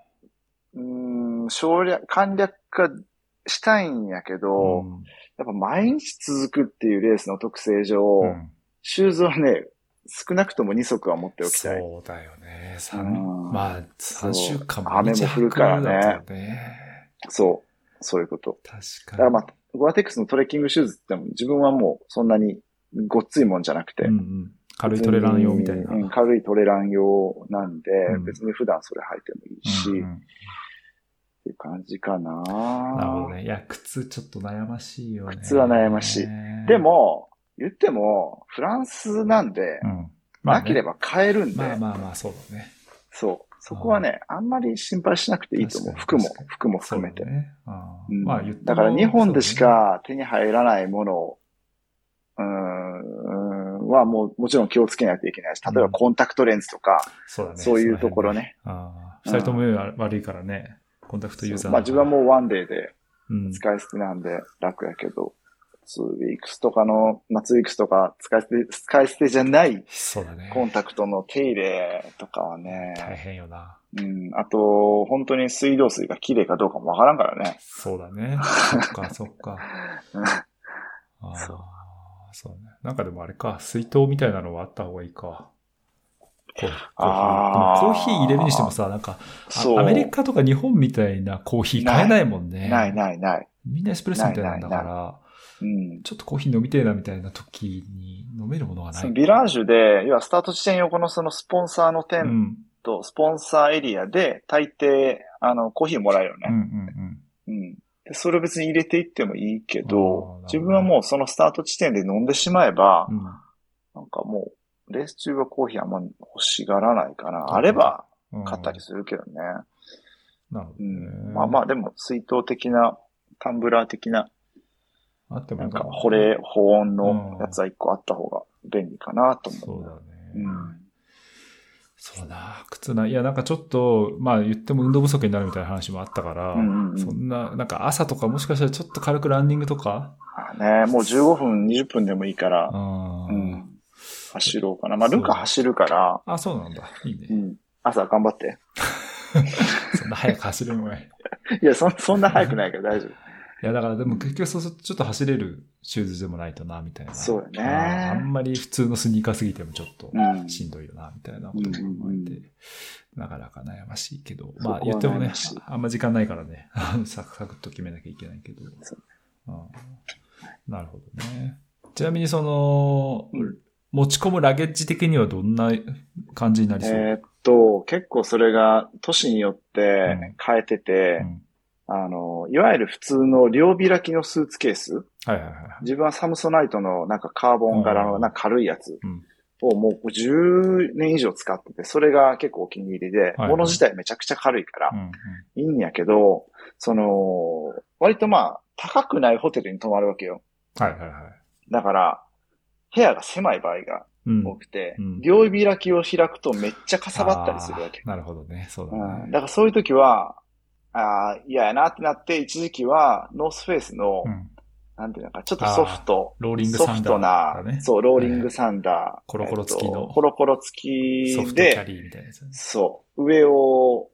簡略化したいんやけど、やっぱ毎日続くっていうレースの特性上、シューズはね、少なくとも2足は持っておきたい。 そうだよね。まあ、3週間も雨も降るからね。そういうこと。 確かに。 だからまあ、ゴアテックスのトレッキングシューズっても自分はもうそんなにごっついもんじゃなくて、 軽いトレラン用みたいな。 軽いトレラン用なんで、別に普段それ履いてもいいし、っていう感じかな。 なるほどね。いや、靴ちょっと悩ましいよね。 靴は悩ましい。でも、言っても、フランスなんで、なければ買えるんで。 まあ、そうだね。 そう。そこはね、あんまり心配しなくていいと思う。服も含めて。 まあだから日本でしか手に入らないものはもちろん気をつけないといけないし、例えばコンタクトレンズとか、そういうところね。 二人とも目悪いからね、コンタクトユーザー。 まあ自分はもうワンデーで使い捨てなんで楽やけど、2ウィークスとかの、2ウィークスとか使い捨てじゃない、コンタクトの手入れとかはね。 大変よな。 あと、本当に水道水が綺麗かどうかもわからんからね。 そうだね。そっか。そうね。なんかでもあれか、水筒みたいなのはあった方がいいか。コーヒー入れるにしてもさ、なんか、アメリカとか日本みたいなコーヒー買えないもんね。 ない。 みんなエスプレッソみたいなんだから、ちょっとコーヒー飲みてえなみたいな時に飲めるものがない。 ビラージュで、要はスタート地点横のそのスポンサーのテント、スポンサーエリアで大抵、コーヒーもらえるよね。でそれを別に入れていってもいいけど、自分はもうそのスタート地点で飲んでしまえば、なんかもう、レース中はコーヒーあんま欲しがらないかな。あれば、買ったりするけどね。 なるほどね。 まあでも、水筒的な、タンブラー的な、なんか保温のやつは一個あった方が便利かなと思う。 そうだね。そうだ、靴な。いや、なんかちょっと、まあ言っても運動不足になるみたいな話もあったから、そんな、なんか朝とかもしかしたらちょっと軽くランニングとかもう15分、20分でもいいから、走ろうかな。まあ、ルカ走るから。 あ、そうなんだ。いいね。 朝頑張って。 そんな早く走るのもいや、そんな早くないから大丈夫。 いや、だからでも結局そうするとちょっと走れるシューズでもないとな、みたいな。 そうよね。 あんまり普通のスニーカーすぎてもちょっとしんどいよな、みたいなことも思えて、なかなか悩ましいけど、まあ言ってもね、あんま時間ないからね、サクサクっと決めなきゃいけないけど。なるほどね。ちなみにその、持ち込むラゲッジ的にはどんな感じになりそう？ 結構それが都市によって変えてて、いわゆる普通の両開きのスーツケース。自分はサムソナイトのなんかカーボン柄のなんか軽いやつをもう10年以上使ってて、それが結構お気に入りで、物自体めちゃくちゃ軽いからいいんやけど、割とまあ高くないホテルに泊まるわけよ。だから、部屋が狭い場合が多くて、両開きを開くとめっちゃかさばったりするわけ。 なるほどね。そうだね。 だからそういう時は、嫌やなってなって、一時期はノースフェイスの、なんていうのか、ちょっとソフト、 ローリングサンダー、 ソフトな、そう、ローリングサンダー。 コロコロ付きの。 コロコロ付きで、 ソフトキャリーみたいなやつ。 そう、上を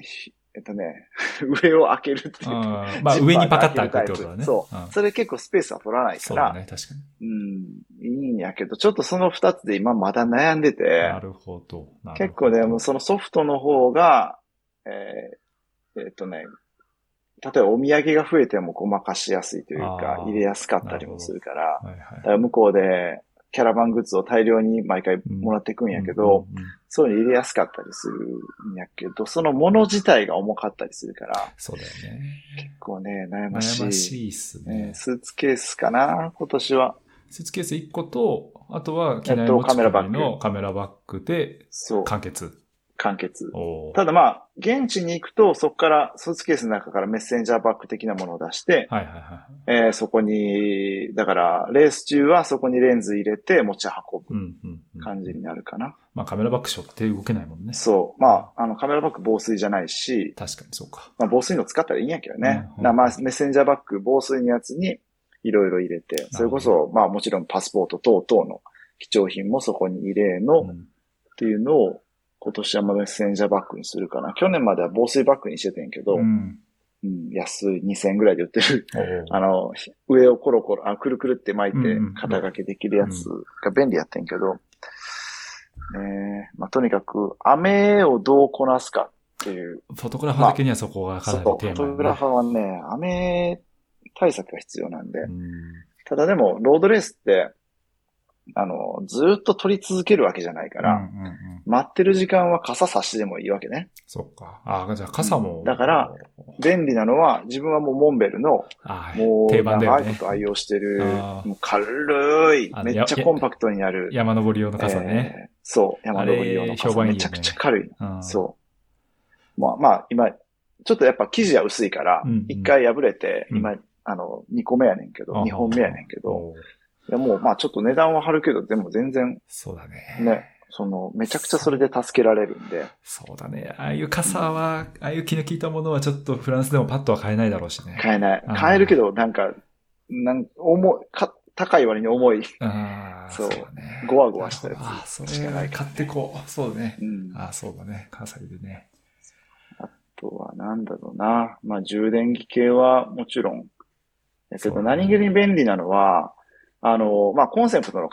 開けるっていうか。 まあ上にパカッと開くってことだね。 そう。それ結構スペースは取らないから。 そうだね、確かに。いいんやけど、ちょっとその二つで今まだ悩んでて。 なるほど。 結構ね、もうそのソフトの方が、例えばお土産が増えてもごまかしやすいというか、入れやすかったりもするから、だから向こうでキャラバングッズを大量に毎回もらっていくんやけど、そういうの入れやすかったりするんやけど、そのもの自体が重かったりするから、 そうだよね。 結構ね、悩ましい。 悩ましいっすね。 スーツケースかな、今年は。 スーツケース1個と、あとは機内持ち込みのカメラバッグで完完結。ただまあ、現地に行くと、そこからスーツケースの中からメッセンジャーバッグ的なものを出して、 はいはいはい。 そこに、だから、レース中はそこにレンズ入れて持ち運ぶ感じになるかな。 まあカメラバッグ背負って動けないもんね。 そう。まあ、カメラバッグ防水じゃないし。 確かにそうか。 まあ防水の使ったらいいんやけどね。まあメッセンジャーバッグ防水のやつにいろいろ入れて、それこそ、まあもちろんパスポート等々の貴重品もそこに入れの、っていうのを、今年はメッセンジャーバッグにするかな。去年までは防水バッグにしてたんやけど、安い2000円ぐらいで売ってる。上をコロコロ、くるくるって巻いて肩掛けできるやつが便利やってんけど、まあ、とにかく、雨をどうこなすかっていう。 フォトグラファーだけにはそこがかなりテーマ、ね。 フォトグラファーはね、雨対策が必要なんで。ただでも、ロードレースって、ずーっと撮り続けるわけじゃないから、待ってる時間は傘差してでもいいわけね。 そうか。じゃあ傘も。 だから、便利なのは、自分はもうモンベルの、もう、 定番だよね。 長いこと愛用してる、もう軽い、めっちゃコンパクトになる。 山登り用の傘ね。 そう、山登り用の傘。めちゃくちゃ軽い。そう。まあ、今、ちょっとやっぱ生地は薄いから、一回破れて、今、2個目やねんけど、2本目やねんけど、いやもう、まあちょっと値段は張るけど、でも全然。 そうだね。 ね。めちゃくちゃそれで助けられるんで。 そうだね。ああいう傘は、ああいう気の利いたものはちょっとフランスでもパッとは買えないだろうしね。 買えない。買えるけど、高い割に重い。そう。ゴワゴワしたやつしかない。 買ってこう。そうね。そうだね。傘入れね。 あとはなんだろうな。まあ充電器系はもちろん。だけど何気に便利なのは、まあコンセントの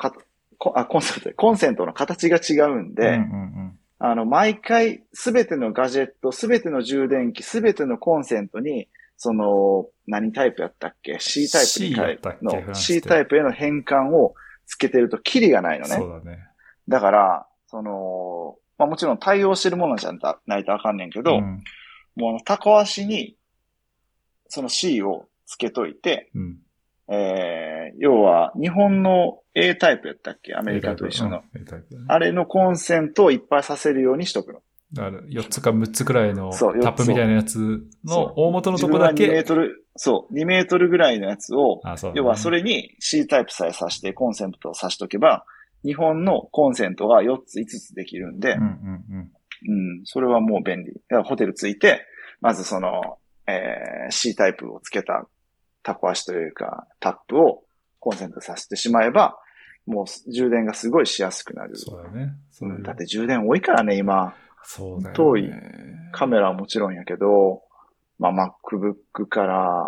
形が違うんで、毎回すべてのガジェット、すべての充電器、すべてのコンセントに、何タイプやったっけ ?C タイプの C タイプへの変換をつけてるとキリがないのね。 そうだね。 だから、まあもちろん対応してるものじゃないとあかんねんけど、もうタコ足に、その C をつけといて、要は、日本の A タイプやったっけアメリカと一緒の。あれのコンセントをいっぱいさせるようにしとくの。 だから4つか6つくらいのタップみたいなやつの大元のとこだけ。 2メートルぐらいのやつを、要はそれに C タイプさえ挿してコンセントを挿しとけば、日本のコンセントが4つ5つできるんで、それはもう便利。だからホテル着いて、まずC タイプをつけたタコ足というか、タップをコンセントさせてしまえば、もう充電がすごいしやすくなる。 そうだね。 だって充電多いからね、今。 そうだよね。 遠い。カメラはもちろんやけど、まあ MacBook から、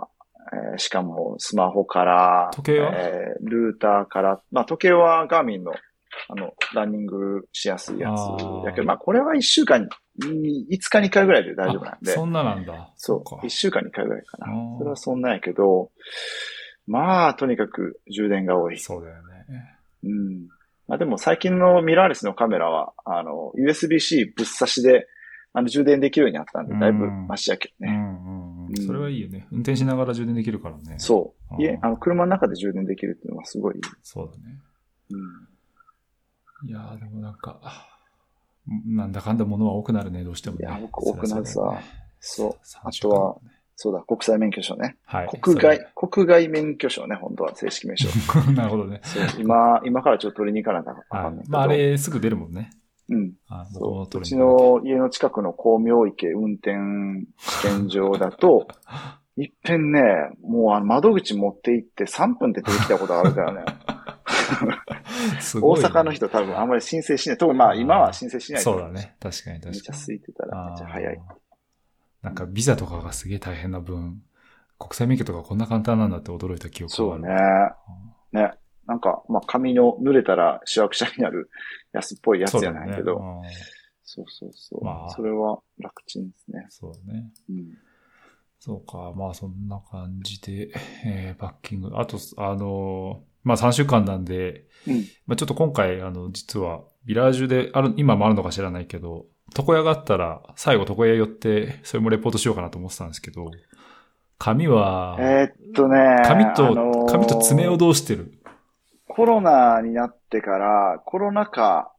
しかもスマホから、 時計はルーターから、まあ時計はガーミンの、ランニングしやすいやつやけど、まあこれは1週間に、5日に1回ぐらいで大丈夫なんで。 そんななんだ。 そう。1週間に1回ぐらいかな。それはそんなんやけど、まあとにかく充電が多い。 そうだよね。 まあでも最近のミラーレスのカメラは、USB-C ぶっ刺しで、充電できるようになったんで、だいぶマシやけどね。 それはいいよね。運転しながら充電できるからね。 そう。車の中で充電できるっていうのはすごいいい。 そうだね。いやーでもなんか、なんだかんだ物は多くなるね、どうしてもね。 いや、多くなるさ。そう。あとは、そうだ、国際免許証ね。 はい。 国外免許証ね、本当は正式名称。 なるほどね。 そう、今からちょっと取りに行かなきゃあかんねんけど。 まああれすぐ出るもんね。 そう。うちの家の近くの光明池運転試験場だと、いっぺんね、もう窓口持って行って3分で出てきたことがあるからね。すごい、ね。大阪の人多分あんまり申請しない。特にまあ今は申請しない。 そうだね。確かに。めっちゃ空いてたらめっちゃ早い。 なんかビザとかがすげえ大変な分、国際免許とかこんな簡単なんだって驚いた記憶がある。 そうね。ね。なんか、まあ紙の濡れたらしわくちゃになる安っぽいやつじゃないけど。そう。まあ、それは楽ちんですね。 そうだね。そうか。まあそんな感じで、パッキング。あと、まあ3週間なんで、まあちょっと今回、実は、ビラージュで今もあるのか知らないけど、床屋があったら、最後床屋寄って、それもレポートしようかなと思ってたんですけど、髪は、髪と爪をどうしてる？ コロナになってから、コロナ禍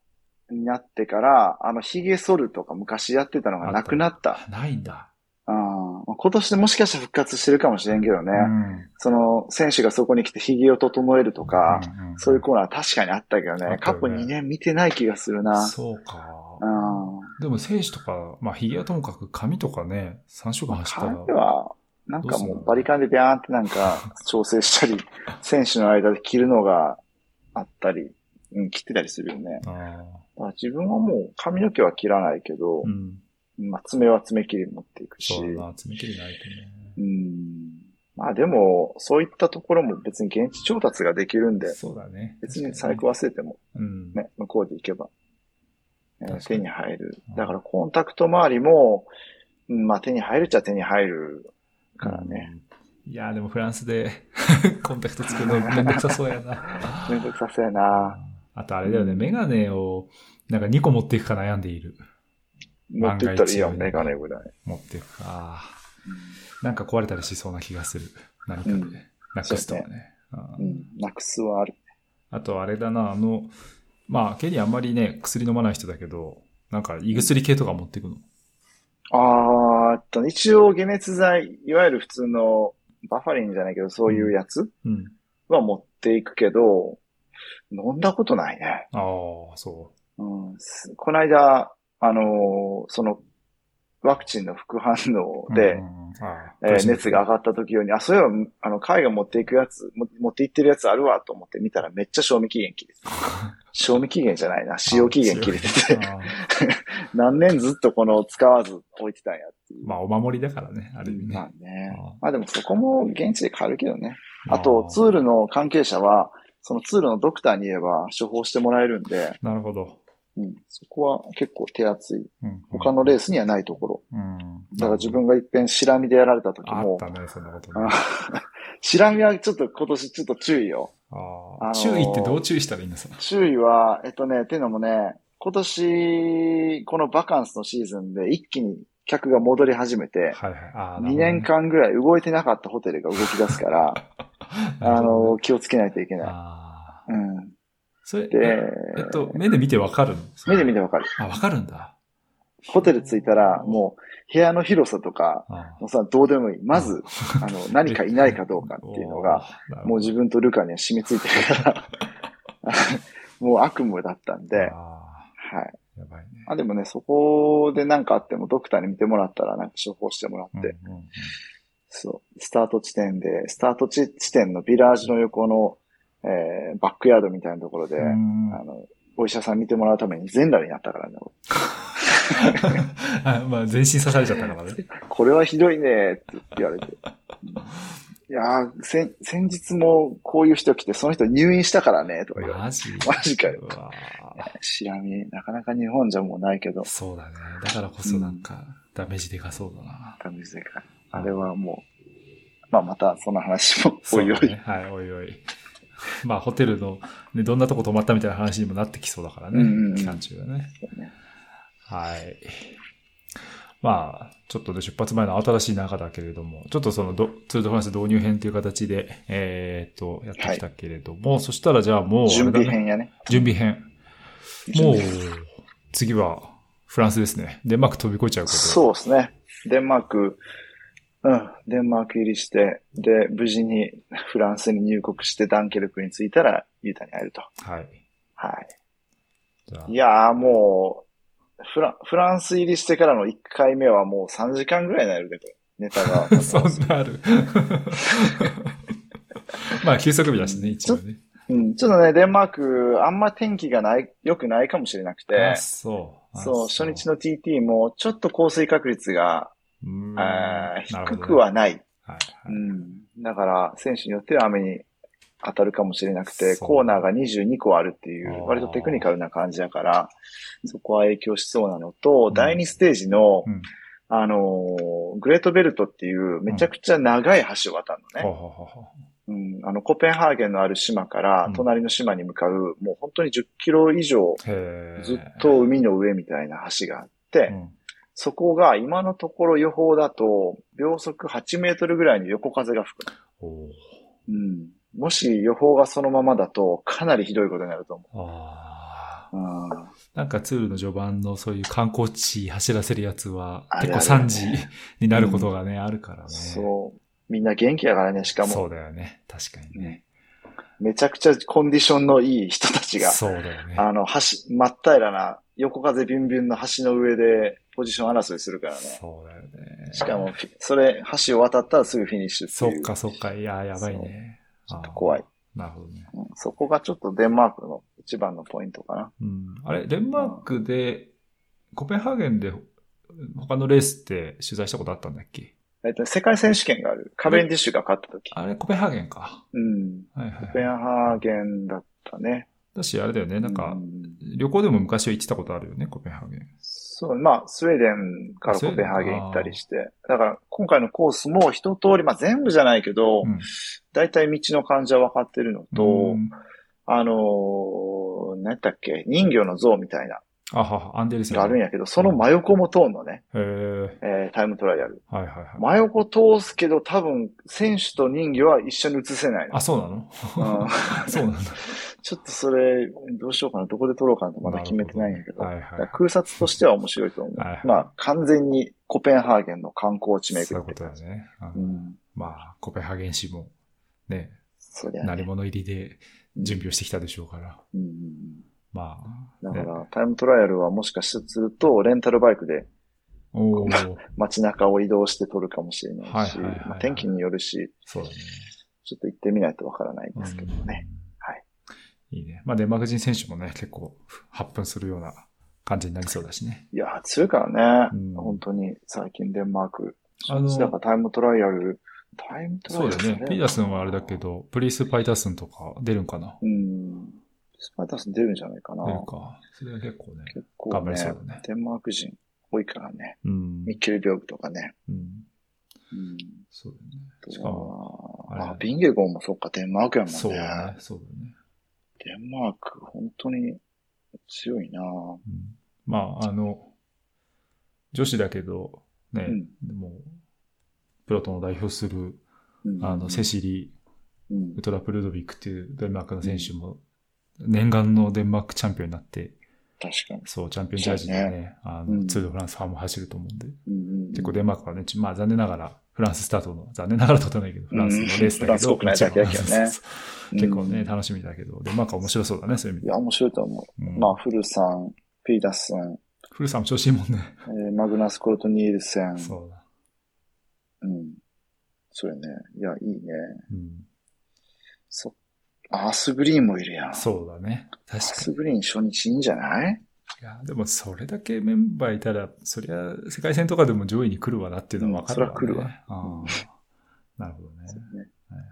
になってから、髭剃るとか昔やってたのがなくなった。 ないんだ。 今年でもしかしたら復活してるかもしれんけどね。選手がそこに来て髭を整えるとか、そういうコーナーは確かにあったけどね。過去2年見てない気がするな。 そうか。でも選手とか、髭はともかく髪とかね、3週間走ったら。 髪は、なんかもうバリカンでビャーンってなんか調整したり、選手の間で着るのがあったり、切ってたりするよね。自分はもう髪の毛は切らないけど、爪は爪切り持っていくし。 そうだな、爪切りないとね。でも、そういったところも別に現地調達ができるんで、 そうだね。 別に財布忘れても、ね、向こうで行けば、手に入る。だからコンタクト周りも、手に入るっちゃ手に入るからね。 いやでもフランスでコンタクト作るのめんどくさそうやな。 めんどくさそうやな。 あとあれだよね、メガネをなんか2個持っていくか悩んでいる。 持っていったらいいよ、メガネぐらい。 持っていくか。なんか壊れたりしそうな気がする。何かで、なくすとかね。 なくすはある。 あとあれだな、ケリーあんまりね、薬飲まない人だけど、なんか胃薬系とか持っていくの？ 一応解熱剤、いわゆる普通のバファリンじゃないけど、そういうやつは持っていくけど、飲んだことないね。 そう。 この間、ワクチンの副反応で、熱が上がった時用に、そういえば、海外持っていくやつ、持っていってるやつあるわと思って見たらめっちゃ賞味期限切れて賞味期限じゃないな、使用期限切れてて何年ずっと使わず置いてたんやっていう。 お守りだからね、ある意味ね。 でもそこも現地で買えるけどね。あと、ツールの関係者は、そのツールのドクターに言えば処方してもらえるんで。 なるほど。 そこは結構手厚い。他のレースにはないところ。だから自分が一遍シラミでやられた時も。 あったね、そんなことね。 シラミはちょっと今年ちょっと注意よ。 注意ってどう注意したらいいんですか？ 注意は、っていうのもね、今年、このバカンスのシーズンで一気に客が戻り始めて、2年間ぐらい動いてなかったホテルが動き出すから、気をつけないといけない。 それで、目で見てわかるの？ 目で見てわかる。 わかるんだ。 ホテル着いたら、もう、部屋の広さとか、どうでもいい。まず、何かいないかどうかっていうのが、もう自分とルカには染みついてるから、もう悪夢だったんで、はい。 やばいね。 でもね、そこで何かあってもドクターに見てもらったら、なんか処方してもらって、そう、スタート地点のビラージの横の、バックヤードみたいなところで、お医者さん見てもらうために全裸になったからね。 全身刺されちゃったからね。 これはひどいねって言われて。いやー、先日もこういう人来て、その人入院したからね、とか言われて。マジかよ。知らねえ。なかなか日本じゃもうないけど。 そうだね。だからこそなんか、ダメージでかそうだな。 ダメージでかい。あれはもう、またその話もおいおい。 はい、おいおい。ホテルの、ね、どんなとこ泊まったみたいな話にもなってきそうだからね。期間中はね。はい。ちょっとね、出発前の新しい中だけれども、ちょっとそのツール・ド・フランス導入編という形で、やってきたけれども、そしたらじゃあもう、 準備編やね。 準備編。もう、次はフランスですね。デンマーク飛び越えちゃうけど。 そうですね。デンマーク入りして、で、無事にフランスに入国してダンケルクに着いたら、ユータに会えると。 はい。 いやーもう、フランス入りしてからの1回目はもう3時間ぐらいになるけど、ネタが。 そんなある。休息日だしね、一応ね。 ちょっとね、デンマーク、あんま天気が良くないかもしれなくて。 そう、 初日の TT も、ちょっと降水確率が、低くはない。だから、選手によっては雨に当たるかもしれなくて、コーナーが22個あるっていう、割とテクニカルな感じだから、そこは影響しそうなのと、第2ステージの、グレートベルトっていうめちゃくちゃ長い橋を渡るのね。コペンハーゲンのある島から隣の島に向かう、もう本当に10キロ以上、ずっと海の上みたいな橋があって、そこが今のところ予報だと、秒速8メートルぐらいの横風が吹くの。もし予報がそのままだと、かなりひどいことになると思なんかツールの序盤のそういう観光地走らせるやつは結構惨事になることがね、あるからね。 そう。みんな元気だからね、しかも。 そうだよね。確かにね。 めちゃくちゃコンディションのいい人たちが。 そうだよね。 真っ平らな横風ビュンビュンの橋の上でポジション争いするからね。 そうだよね。 しかも、橋を渡ったらすぐフィニッシュっていう。 そっか。いや、やばいね。 ちょっと怖い。 なるほどね。 そこがちょっとデンマークの一番のポイントかな。 あれ、デンマークで、コペンハーゲンで他のレースって取材したことあったんだっけ？ 世界選手権がある。カベンディッシュが勝った時。 あれ、コペンハーゲンか。 コペンハーゲンだったね。 だし、あれだよね。なんか、旅行でも昔は行ってたことあるよね、コペンハーゲン。 そう、スウェーデンからコペンハーゲン行ったりして。だから、今回のコースも一通り、全部じゃないけど、大体道の感じは分かってるのと、何やったっけ、人魚の像みたいな。 アンデルセン。 があるんやけど、その真横も通んのね。タイムトライアル。真横通すけど、多分、選手と人魚は一緒に映せないの。 そうなの？そうなんだ。 ちょっとそれ、どうしようかな、どこで撮ろうかなとまだ決めてないんやけど。空撮としては面白いと思う。完全にコペンハーゲンの観光地巡り。 そういうことだね。コペンハーゲン市も、ね、鳴り物入りで準備をしてきたでしょうから。 だから、タイムトライアルはもしかすると、レンタルバイクで、街中を移動して撮るかもしれないし、天気によるし、 そうだね。 ちょっと行ってみないとわからないですけどね。 いいね。デンマーク人選手もね、結構、発奮するような感じになりそうだしね。 いや、強いからね。本当に、最近デンマーク。だからタイムトライアル、 そうだね。ピータースンはあれだけど、プリース・パイタースンとか出るんかな。 スパイタース出るんじゃないかな。 出るか。それは結構ね。頑張りそうだね。 デンマーク人多いからね。ミッケル・ビョーグとかね。 そうだね。しかも、 ビンゲゴンもそっか、デンマークやもんね。 そうだね。 デンマーク、本当に強いな女子だけど、ね、でも、プロトンを代表する、セシリ、ウトラプルドビックっていうデンマークの選手も、念願のデンマークチャンピオンになって、 確かに。 そう、チャンピオンジャージでね、ツール・フランスファンも走ると思うんで、結構デンマークはね、残念ながら、フランススタートの、残念ながら取ってないけど、フランスのレースだけど、 フランス国内だけだけどね。 結構ね、楽しみだけど、デンマークは面白そうだね、そういう意味で。 いや、面白いと思う。フルさん、ピーダスさん。 フルさんも調子いいもんね。 マグナス・コルト・ニールセン。 そうだ。 そうよね。いや、いいね。アースグリーンもいるやん。 そうだね。確かに。 アースグリーン初日いいんじゃない？ いや、でもそれだけメンバーいたら、そりゃ世界戦とかでも上位に来るわなっていうのは分かるわね。 そりゃ来るわ。 なるほどね。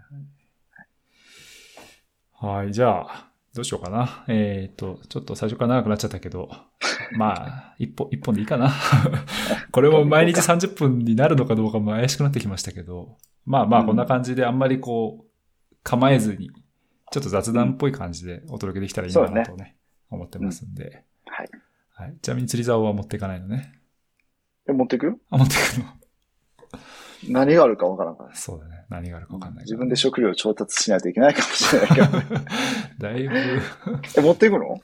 はい、じゃあ、どうしようかな。ちょっと最初から長くなっちゃったけど、一本でいいかな。これも毎日30分になるのかどうかも怪しくなってきましたけど、こんな感じであんまり構えずに、ちょっと雑談っぽい感じでお届けできたらいいなとね、思ってますんで。 はい。 ちなみに釣り竿は持っていかないのね。 持っていくよ。 持っていくの。 何があるかわからんから。 そうだね。何があるかわかんない。 自分で食料を調達しないといけないかもしれないけど。 だいぶ。 持っていくの？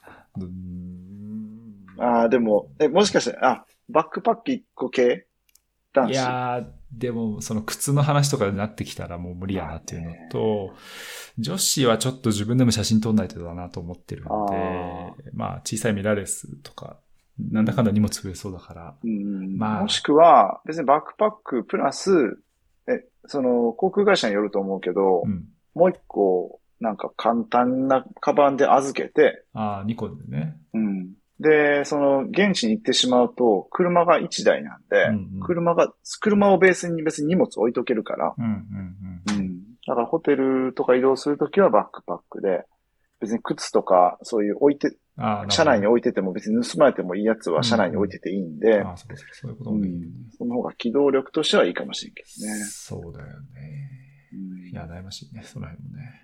でも、もしかして、バックパック1個系？男子？ いやでも、その靴の話とかになってきたらもう無理やなっていうのと、女子はちょっと自分でも写真撮んないとだなと思ってるので、小さいミラーレスとか、なんだかんだ荷物増えそうだから。 もしくは、別にバックパックプラス、その、航空会社によると思うけど、もう一個、なんか簡単なカバンで預けて、 2個でね。 で、その、現地に行ってしまうと、車が1台なんで、車をベースに別に荷物置いとけるから、だからホテルとか移動するときはバックパックで、別に靴とか、そういう車内に置いてても別に盗まれてもいいやつは車内に置いてていいんで、 そういうこともできるね。 その方が機動力としてはいいかもしれんけどね。 そうだよね。いや、悩ましいね、その辺もね。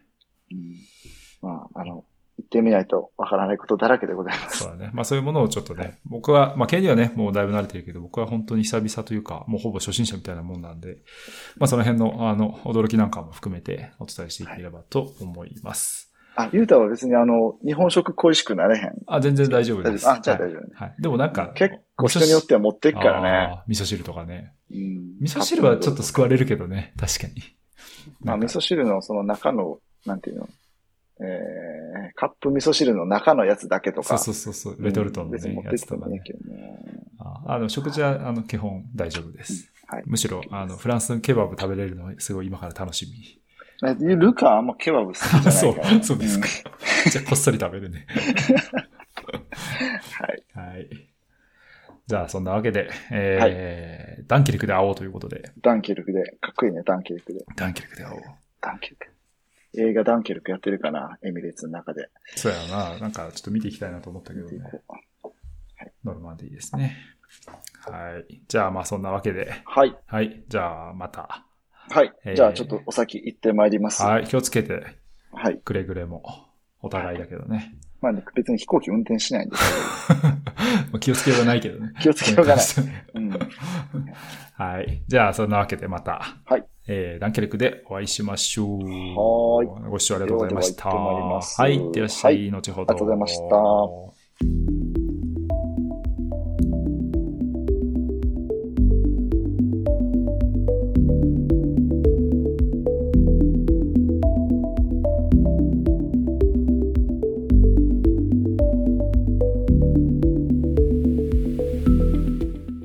行ってみないとわからないことだらけでございます。 そうだね。そういうものをちょっとね、僕は、ケンにはね、もうだいぶ慣れてるけど、僕は本当に久々というか、もうほぼ初心者みたいなもんなんで、その辺の、驚きなんかも含めてお伝えしていければと思います。 ゆうたは別に日本食恋しくなれへん。 全然大丈夫です。 じゃあ大丈夫ね。 はい。でもなんか、 結構人によっては持っていくからね。 味噌汁とかね。 うん。 味噌汁はちょっと救われるけどね、確かに。 味噌汁のその中の、なんていうの、カップ味噌汁の中のやつだけとか。 そう。レトルトのね、やつとかね。食事は、基本大丈夫です。はい。むしろ、フランスのケバブ食べれるのはすごい今から楽しみ。 ルカあんまケバブ好きじゃないから。 そうですか。じゃあこっそり食べるね。はい。じゃあそんなわけで、ダンケルクで会おうということで。 ダンケルクで、かっこいいね、ダンケルクで。 ダンケルクで会おう。 ダンケルク。映画ダンケルクやってるかな、エミレーツの中で。 そうやな。なんかちょっと見ていきたいなと思ったけどね。ノルマンディーですね。はい。じゃあそんなわけで。 はい。 はい。じゃあまた。 はい。じゃあちょっとお先行ってまいります。 はい。気をつけて。 はい。 くれぐれも。お互いだけどね。 別に飛行機運転しないんですけど。気をつけようがないけどね。 気をつけようがない。 はい。じゃあそんなわけでまた。 はい。 ダンケルクでお会いしましょう。 はい。 ご視聴ありがとうございました。 はい。 いってらっしゃい。後ほど。 ありがとうございました。